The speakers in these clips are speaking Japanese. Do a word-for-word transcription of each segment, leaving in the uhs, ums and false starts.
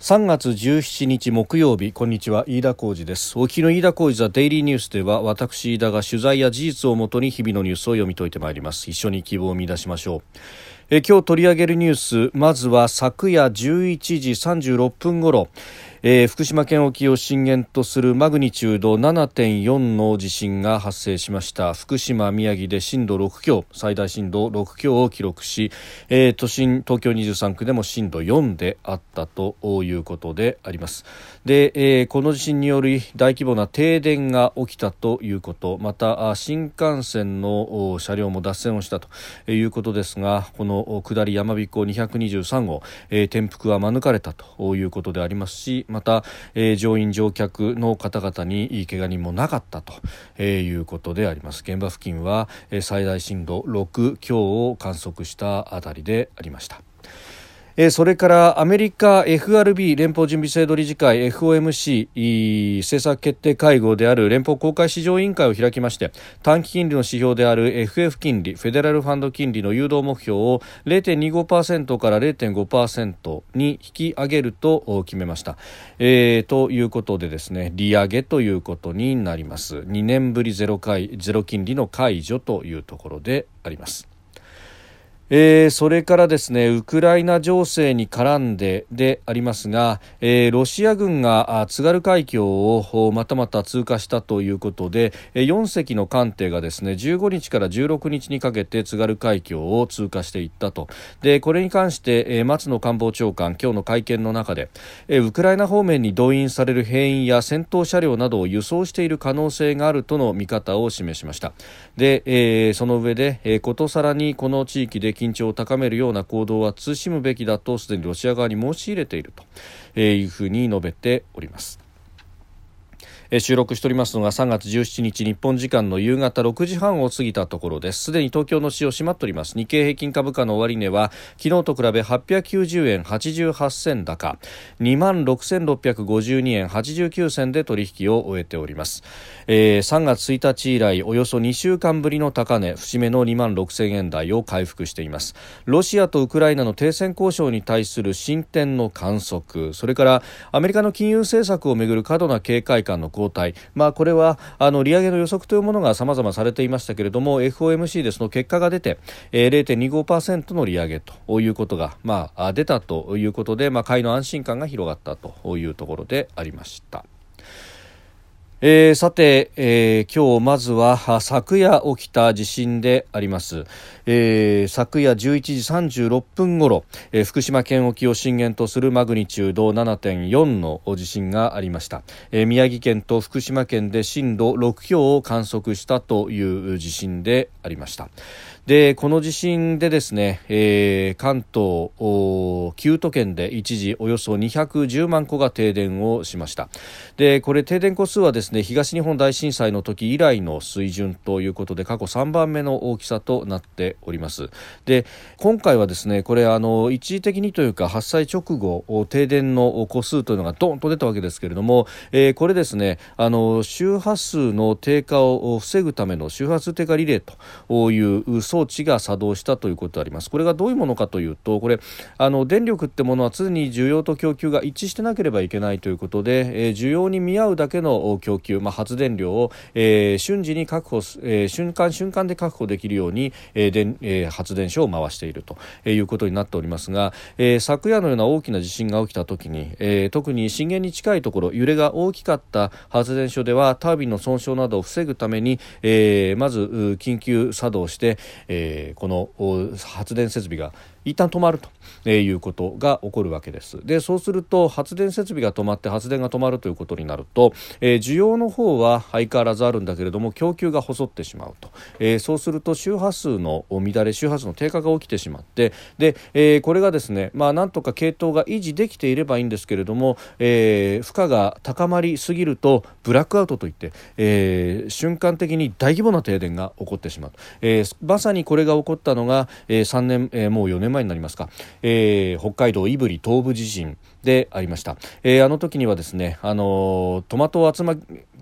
さんがつじゅうしちにち木曜日、こんにちは、飯田浩司です。お聞きの飯田浩司ザデイリーニュースでは、私飯田が取材や事実をもとに日々のニュースを読み解いてまいります。一緒に希望を見出しましょう。え今日取り上げるニュース、まずは昨夜じゅういちじさんじゅうろっぷんごろ、えー、福島県沖を震源とするマグニチュード ななてんよん の地震が発生しました。福島、宮城で震度ろくきょう、最大震度ろくきょうを記録し、えー、都心東京にじゅうさんくでも震度よんであったということであります。で、えー、この地震により大規模な停電が起きたということ、また新幹線の車両も脱線をしたということですが、この下りやまびこにひゃくにじゅうさんごう、えー、転覆は免れたということでありますし、また、えー、乗員乗客の方々に怪我人もなかったと、えー、いうことであります。現場付近は、えー、最大震度ろくきょうを観測したあたりでありました。えー、それからアメリカ エフアールビー 連邦準備制度理事会 エフオーエムシー 政策決定会合である連邦公開市場委員会を開きまして、短期金利の指標である エフエフ 金利フェデラルファンド金利の誘導目標を れいてんにごパーセント から れいてんごパーセント に引き上げると決めました。えー、ということでですね、利上げということになります。にねんぶりゼロ回ゼロ金利の解除というところであります。えー、それからですね、ウクライナ情勢に絡んででありますが、えー、ロシア軍が津軽海峡をまたまた通過したということで、よんせきの艦艇がですね、じゅうごにちからじゅうろくにちにかけて津軽海峡を通過していったと。で、これに関して、えー、松野官房長官、今日の会見の中で、えー、ウクライナ方面に動員される兵員や戦闘車両などを輸送している可能性があるとの見方を示しました。で、えー、その上で、えー、ことさらにこの地域で緊張を高めるような行動は慎むべきだとすでにロシア側に申し入れているというふうに述べております。収録しておりますのがさんがつじゅうしちにち日本時間の夕方ろくじはんを過ぎたところです。すでに東京の市を閉まっております。日経平均株価の終値は昨日と比べはっぴゃくきゅうじゅうえんはちじゅうはちせん高 にまんろくせんろっぴゃくごじゅうにえんはちじゅうきゅうせんで取引を終えております。えー、さんがつついたち以来およそにしゅうかんぶりの高値、節目のにまんろくせんえん台を回復しています。ロシアとウクライナの停戦交渉に対する進展の観測、それからアメリカの金融政策をめぐる過度な警戒感の後退、まあ、これはあの利上げの予測というものが様々されていましたけれども、 エフオーエムシー でその結果が出て、えー、れいてんにごパーセント の利上げということが、まあ、出たということで、まあ、買いの安心感が広がったというところでありました。えー、さて、えー、今日まずは昨夜起きた地震であります。えー、昨夜じゅういちじさんじゅうろっぷんごろ、えー、福島県沖を震源とするマグニチュード ななてんよん の地震がありました。えー、宮城県と福島県で震度ろくきょうを観測したという地震でありました。で、この地震でですね、えー、関東きゅうとけんで一時およそにひゃくじゅうまんこが停電をしました。で、これ停電戸数はですね、東日本大震災の時以来の水準ということで、過去さんばんめの大きさとなっております。で、今回はですね、これあの一時的にというか発災直後停電の戸数というのがドーンと出たわけですけれども、えー、これですね、あの周波数の低下を防ぐための周波数低下リレーという装置が作動したということであります。これがどういうものかというと、これあの電力ってものは常に需要と供給が一致してなければいけないということで、えー、需要に見合うだけの供給、まあ、発電量を、えー、瞬時に確保、えー、瞬間瞬間で確保できるように、えー電えー、発電所を回しているということになっておりますが、えー、昨夜のような大きな地震が起きたときに、えー、特に震源に近いところ、揺れが大きかった発電所ではタービンの損傷などを防ぐために、えー、まず緊急作動して、えー、この発電設備が一旦止まるということが起こるわけです。で、そうすると発電設備が止まって発電が止まるということになると、えー、需要の方は相変わらずあるんだけれども供給が細ってしまうと、えー、そうすると周波数の乱れ、周波数の低下が起きてしまって、で、えー、これがですね、まあ、なんとか系統が維持できていればいいんですけれども、えー、負荷が高まりすぎるとブラックアウトといって、えー、瞬間的に大規模な停電が起こってしまう、えー、まさにこれが起こったのが、えー、さんねん、えー、もうよねんまえになりますか、えー、北海道胆振東部地震でありました。えー、あの時にはですね、あのー、トマトを集ま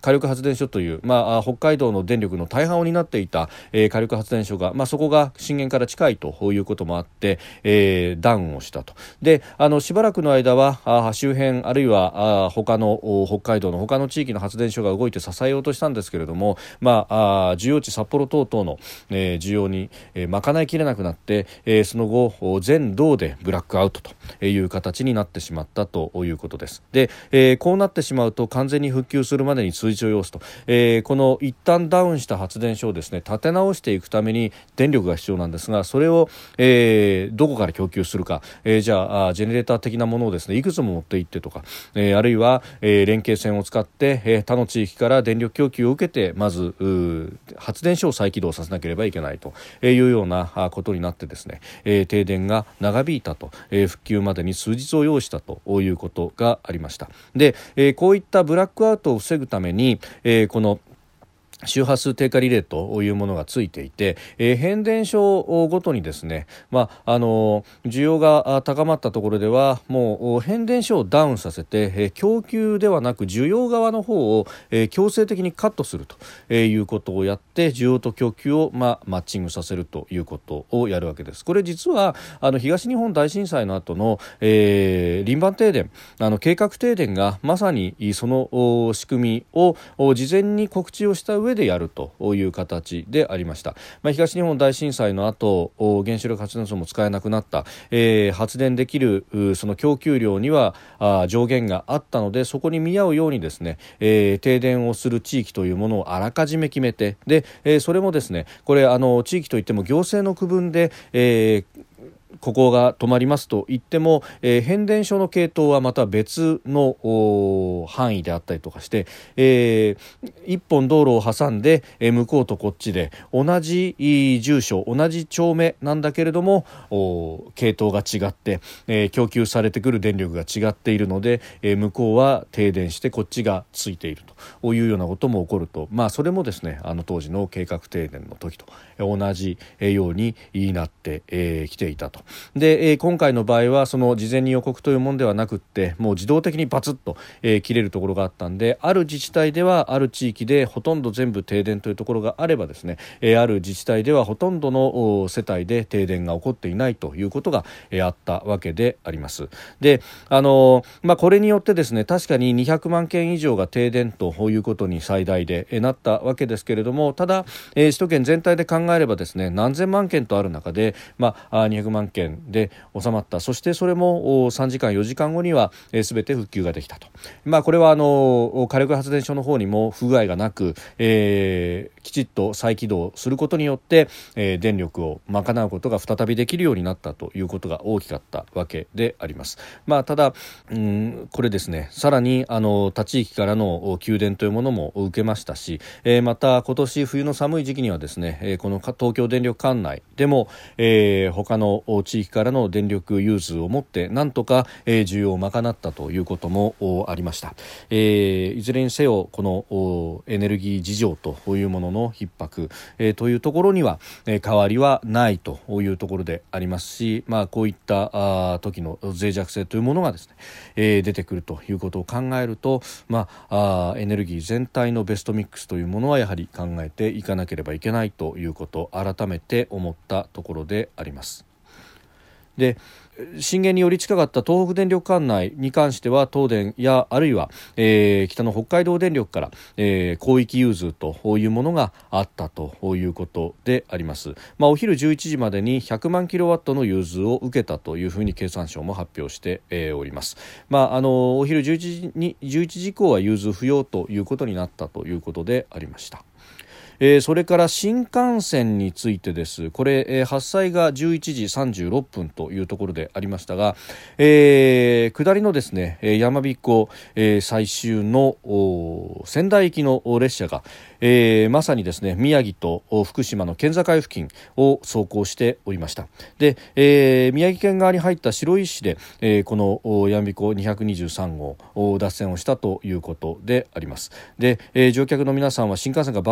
火力発電所という、まあ、北海道の電力の大半を担っていた、えー、火力発電所が、まあ、そこが震源から近いということもあって、えー、ダウンをしたと。であのしばらくの間はあ周辺あるいはあ他の北海道の他の地域の発電所が動いて支えようとしたんですけれども、まあ、あ需要地札幌等々の、えー、需要に、えー、賄いきれなくなって、えー、その後全道でブラックアウトという形になってしまったということです。で、えー、こうなってしまうと完全に復旧するまでに通常要素と、えー、この一旦ダウンした発電所をですね立て直していくために電力が必要なんですが、それを、えー、どこから供給するか、えー、じゃあジェネレーター的なものをですねいくつも持って行ってとか、えー、あるいは、えー、連携線を使って、えー、他の地域から電力供給を受けてまず発電所を再起動させなければいけないというようなことになってですね、えー、停電が長引いたと、えー、復旧までに数日を要したということがありました。で、えー、こういったブラックアウトを防ぐために、えー、この周波数低下リレーというものがついていて、えー、変電所ごとにですね、まああの需要が高まったところではもう変電所をダウンさせて、えー、供給ではなく需要側の方を、えー、強制的にカットすると、えー、いうことをやって需要と供給を、まあ、マッチングさせるということをやるわけです。これ実はあの東日本大震災の後の、えー、輪番停電、あの計画停電がまさにその仕組みを事前に告知をした上でやるという形でありました。まあ、東日本大震災の後原子力発電所も使えなくなった、えー、発電できるその供給量にはあ上限があったので、そこに見合うようにですね、えー、停電をする地域というものをあらかじめ決めて、で、えー、それもですねこれあの地域といっても行政の区分で、えーここが止まりますと言っても、えー、変電所の系統はまた別の範囲であったりとかして、えー、一本道路を挟んで、えー、向こうとこっちで同じ住所同じ町名なんだけれども系統が違って、えー、供給されてくる電力が違っているので、えー、向こうは停電してこっちがついているというようなことも起こると、まあ、それもですねあの当時の計画停電の時と同じようになってき、えー、ていたと。で、えー、今回の場合はその事前に予告というものではなくってもう自動的にバツッと、えー、切れるところがあったんで、ある自治体ではある地域でほとんど全部停電というところがあればですね、えー、ある自治体ではほとんどの世帯で停電が起こっていないということが、えー、あったわけであります。で、あのーまあ、これによってですね確かににひゃくまんけん以上が停電ということに最大で、えー、なったわけですけれども、ただ、えー、首都圏全体で考えればですね何千万件とある中で、まあ、にひゃくまんけんで収まった。そしてそれもさんじかんよじかんごにはすべ、えー、て復旧ができたと。まあ、これはあの火力発電所の方にも不具合がなく、えー、きちっと再起動することによって、えー、電力を賄うことが再びできるようになったということが大きかったわけであります。まあ、ただうんこれですねさらにあの他地域からの給電というものも受けましたし、えー、また今年冬の寒い時期にはですね、えー、この東京電力管内でも、えー、他の地域からの電力融通を持ってなんとか、えー、需要を賄ったということもありました。えー、いずれにせよこのエネルギー事情というものの逼迫、えー、というところには、えー、変わりはないというところでありますし、まあ、こういったあ時の脆弱性というものがですね、えー、出てくるということを考えると、まあ、あエネルギー全体のベストミックスというものはやはり考えていかなければいけないということを改めて思ったところであります。で震源により近かった東北電力管内に関しては東電やあるいは、えー、北の北海道電力から、えー、広域融通というものがあったということであります。まあ、お昼じゅういちじまでにひゃくまんキロワットの融通を受けたというふうに経産省も発表して、えー、おります。まあ、あのお昼じゅういちじにじゅういちじ以降は融通不要ということになったということでありました。えー、それから新幹線についてです。これ、えー、発災がじゅういちじさんじゅうろっぷんというところでありましたが、えー、下りのですねやまびこ、えー、最終の仙台行きの列車が、えー、まさにですね宮城と福島の県境付近を走行しておりました。で、えー、宮城県側に入った白石市で、えー、このやまびこにひゃくにじゅうさんごう脱線をしたということであります。で、えー、乗客の皆さんは新幹線がバウンドしたと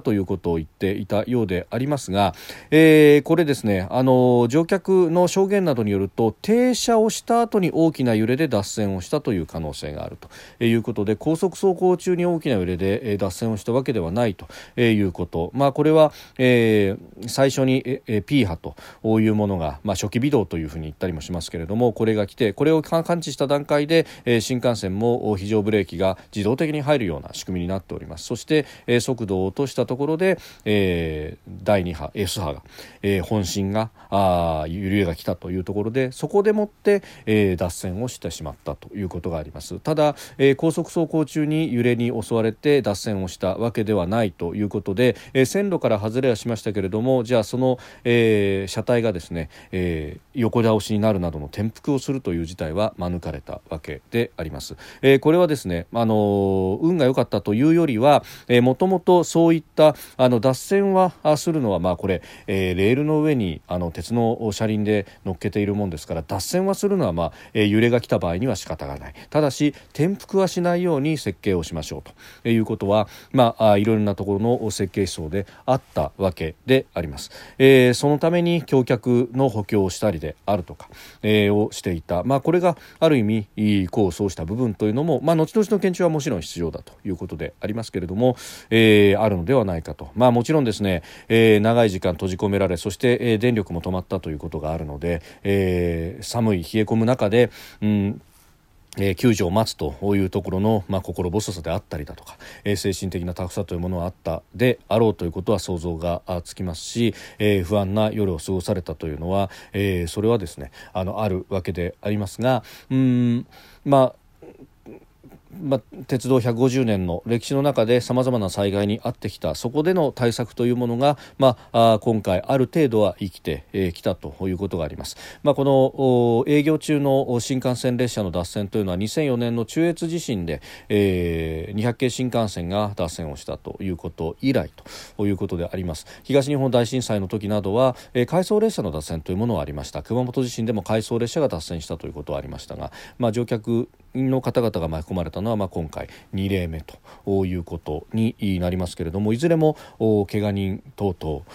ということを言っていたようでありますが、えー、これですね、あの乗客の証言などによると停車をした後に大きな揺れで脱線をしたという可能性があるということで、高速走行中に大きな揺れで脱線をしたわけではないということ、まあ、これは、えー、最初に P 波というものが、まあ、初期微動というふうに言ったりもしますけれども、これが来てこれを感知した段階で新幹線も非常ブレーキが自動的に入るような仕組みになっております。そして速度を落としたところで、えー、だいに波 S 波が、えー、本震があ揺れが来たというところで、そこでもって、えー、脱線をしてしまったということがあります。ただ、えー、高速走行中に揺れに襲われて脱線をしたわけではないということで、えー、線路から外れはしましたけれども、じゃあその、えー、車体がですね、えー、横倒しになるなどの転覆をするという事態は免れたわけであります。えー、これはですね、あのー、運が良かったというよりは、えー、もともとそういったあの脱線はするのは、まあこれ、えー、レールの上にあの鉄の車輪で乗っけているもんですから、脱線はするのは、まあえー、揺れが来た場合には仕方がない。ただし転覆はしないように設計をしましょうということは、まあ、あいろいろなところの設計思想であったわけであります。えー、そのために橋脚の補強をしたりであるとか、えー、をしていた、まあ、これがある意味功を奏した部分というのも、まあ、後々の研究はもちろん必要だということでありますけれども、えー、あるのではないかと。まあ、もちろんですね、えー、長い時間閉じ込められ、そして、えー、電力も止まったということがあるので、えー、寒い冷え込む中で、うんえー、救助を待つというところの、まあ、心細さであったりだとか、えー、精神的なタフさというものはあったであろうということは想像がつきますし、えー、不安な夜を過ごされたというのは、えー、それはですね あの、あるわけでありますが、うーんまあまあ、鉄道ひゃくごじゅうねんの歴史の中で様々な災害に遭ってきた、そこでの対策というものが、まあ、あ今回ある程度は生きてき、えー、たということがあります。まあ、この営業中の新幹線列車の脱線というのはにせんよねんの中越地震で、えー、にひゃく系新幹線が脱線をしたということ以来ということであります。東日本大震災の時などは、えー、回送列車の脱線というものはありました。熊本地震でも回送列車が脱線したということはありましたが、まあ、乗客の方々が巻き込まれたのは、まあ、今回に例目ということになりますけれども、いずれも怪我人等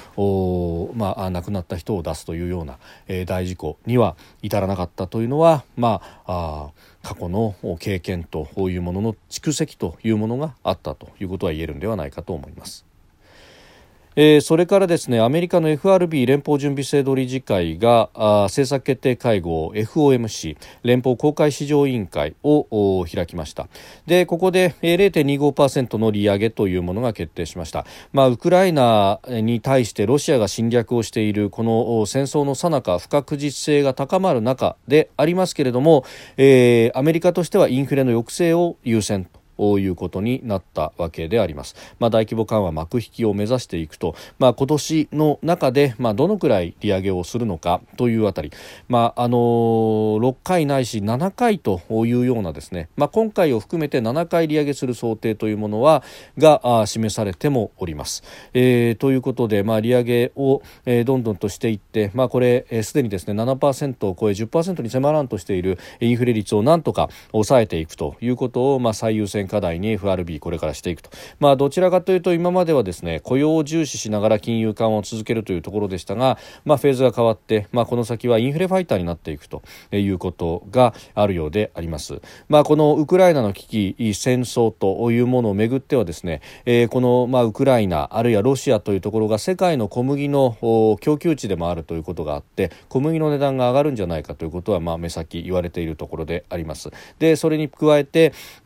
々、まあ、亡くなった人を出すというような、えー、大事故には至らなかったというのは、まあ、あ過去の経験というものの蓄積というものがあったということは言えるのではないかと思います。えー、それからですね、アメリカの エフアールビー 連邦準備制度理事会があ政策決定会合 エフオーエムシー 連邦公開市場委員会を開きました。でここで ゼロてんにごパーセント の利上げというものが決定しました。まあ、ウクライナに対してロシアが侵略をしているこの戦争の最中、不確実性が高まる中でありますけれども、えー、アメリカとしてはインフレの抑制を優先とこういうことになったわけであります。まあ、大規模緩和幕引きを目指していくと、まあ、今年の中で、まあ、どのくらい利上げをするのかというあたり、まああのー、ろっかいないしななかいというようなですね、まあ、今回を含めてななかい利上げする想定というものはが示されてもおります。えー、ということで、まあ、利上げを、えー、どんどんとしていって、まあ、これすで、えー、にですね ななパーセント を超え じゅっパーセント に迫らんとしているインフレ率をなんとか抑えていくということを、まあ、最優先課題に エフアールビー これからしていくと、まあ、どちらかというと今まではですね雇用を重視しながら金融緩和を続けるというところでしたが、まあ、フェーズが変わって、まあ、この先はインフレファイターになっていくということがあるようであります。まあ、このウクライナの危機戦争というものをめぐってはですね、えー、この、まあ、ウクライナあるいはロシアというところが世界の小麦の供給地でもあるということがあって、小麦の値段が上がるんじゃないかということは、まあ、目先言われているところであります。でそれに加えて、うん、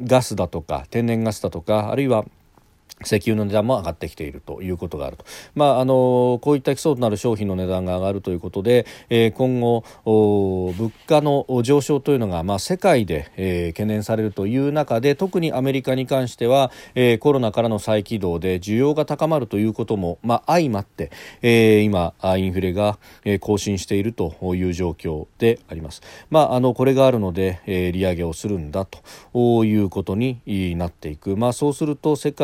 ガスだとか天然ガスだとか、あるいは石油の値段も上がってきているということがあると、まあ、あのこういった基礎となる商品の値段が上がるということで、えー、今後物価の上昇というのが、まあ、世界で、えー、懸念されるという中で、特にアメリカに関しては、えー、コロナからの再起動で需要が高まるということも、まあ、相まって、えー、今インフレが、えー、更新しているという状況であります。まあ、あのこれがあるので、えー、利上げをするんだということになっていく。まあ、そうすると世界から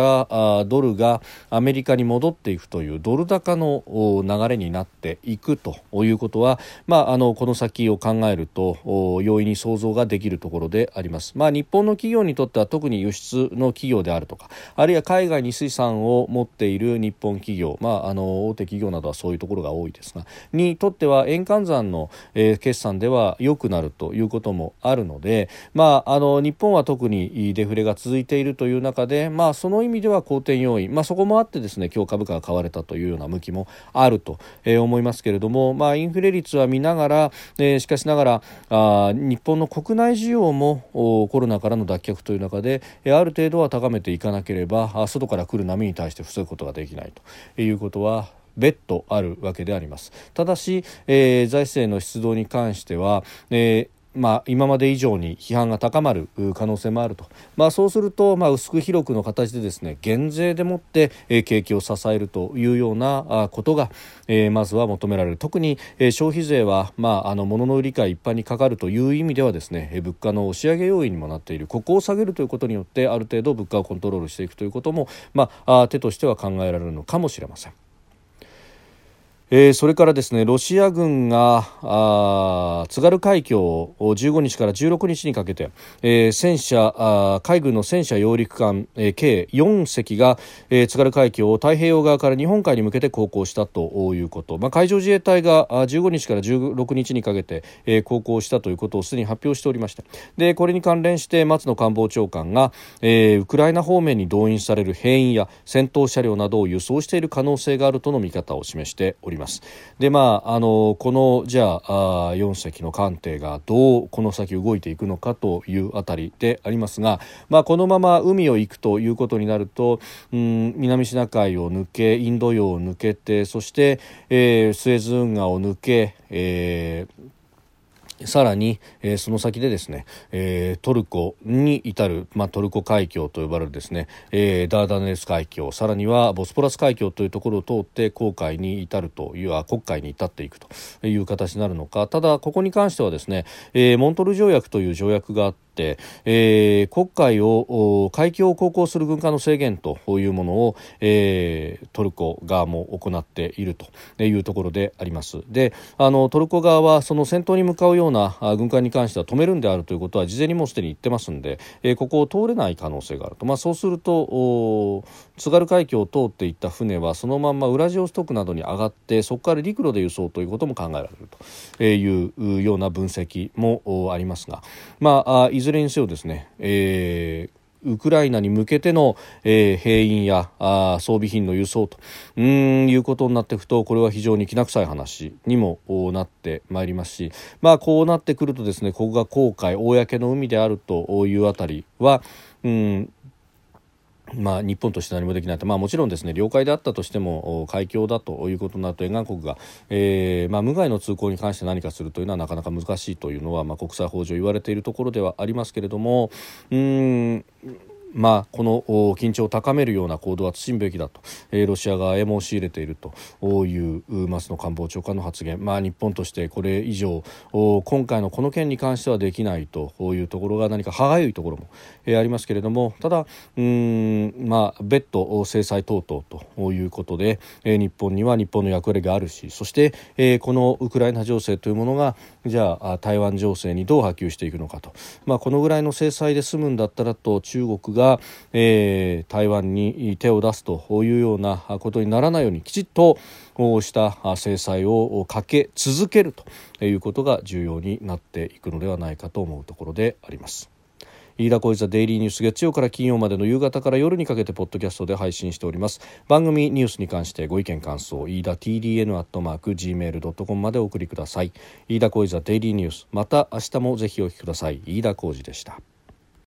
からあドルがアメリカに戻っていくというドル高の流れになっていくということは、まあ、あのこの先を考えると容易に想像ができるところであります。まあ、日本の企業にとっては特に輸出の企業であるとか、あるいは海外に水産を持っている日本企業、まあ、あの大手企業などはそういうところが多いですが、にとっては円換算の、えー、決算では良くなるということもあるので、まあ、あの日本は特にデフレが続いているという中で、まあ、その意味では好転要因、まあ、そこもあってですね、今日株価が買われたというような向きもあると、えー、思いますけれども、まあ、インフレ率は見ながら、えー、しかしながらあ日本の国内需要もコロナからの脱却という中で、えー、ある程度は高めていかなければ外から来る波に対して防ぐことができないということは別途あるわけであります。ただし、えー、財政の出動に関しては、えーまあ、今まで以上に批判が高まる可能性もあると、まあ、そうすると、まあ、薄く広くの形でですね、減税でもって、えー、景気を支えるというようなあことが、えー、まずは求められる。特に、えー、消費税は、まあ、あの物の売り買い一般にかかるという意味ではですね、えー、物価の押し上げ要因にもなっている。ここを下げるということによってある程度物価をコントロールしていくということも、まあ、あ手としては考えられるのかもしれません。えー、それからですね、ロシア軍があ津軽海峡をじゅうごにちからじゅうろくにちにかけて、えー、戦車あ海軍の戦車揚陸艦、えー、計よんせきが、えー、津軽海峡を太平洋側から日本海に向けて航行したということ、まあ、海上自衛隊がじゅうごにちからじゅうろくにちにかけて、えー、航行したということをすでに発表しておりました。でこれに関連して松野官房長官が、えー、ウクライナ方面に動員される兵員や戦闘車両などを輸送している可能性があるとの見方を示しております。でまあ、あのこのじゃあよんせきの艦艇がどうこの先動いていくのかというあたりでありますが、まあ、このまま海を行くということになると、うん、南シナ海を抜けインド洋を抜けて、そして、えー、スエズ運河を抜け、えーさらに、えー、その先でですね、えー、トルコに至る、まあ、トルコ海峡と呼ばれるですね、えー、ダーダネルス海峡、さらにはボスポラス海峡というところを通って黄海に至るという黒海に至っていくという形になるのか。ただここに関してはですね、えー、モントル条約という条約があって、えー、黒海を海峡を航行する軍艦の制限というものを、えー、トルコ側も行っているというところであります。であのトルコ側はその戦闘に向かうような軍艦に関しては止めるんであるということは事前にもうすでに言ってますので、えー、ここを通れない可能性があると、まあ、そうすると津軽海峡を通っていった船はそのままウラジオストクなどに上がってそこから陸路で輸送ということも考えられるというような分析もありますが、まあ、いずれにせよですね、えーウクライナに向けての、えー、兵員やあ装備品の輸送とうーんいうことになっていくと、これは非常にきな臭い話にもなってまいりますし、まあこうなってくるとですね、ここが公海公の海であるというあたりはうんまあ、日本として何もできないと、まあ、もちろんですね、領海であったとしても海峡だということになると沿岸国が、えーまあ、無害の通行に関して何かするというのはなかなか難しいというのは、まあ、国際法上言われているところではありますけれども、うーんまあ、この緊張を高めるような行動は慎むべきだと、えー、ロシア側へ申し入れているという松野官房長官の発言、まあ、日本としてこれ以上今回のこの件に関してはできないというところが何か歯がゆいところも、えー、ありますけれども、ただうーん、まあ、別途制裁等々ということで、えー、日本には日本の役割があるし、そして、えー、このウクライナ情勢というものがじゃあ台湾情勢にどう波及していくのかと、まあ、このぐらいの制裁で済むんだったらと中国がが、えー、台湾に手を出すというようなことにならないようにきちっとした制裁をかけ続けるということが重要になっていくのではないかと思うところであります。飯田浩司ザデイリーニュース、月曜から金曜までの夕方から夜にかけてポッドキャストで配信しております。番組ニュースに関してご意見感想、飯田 ティーディーエヌ アットマーク ジーメール ドットコム までお送りください。飯田浩司ザデイリーニュース、また明日もぜひお聞きください。飯田浩司でした。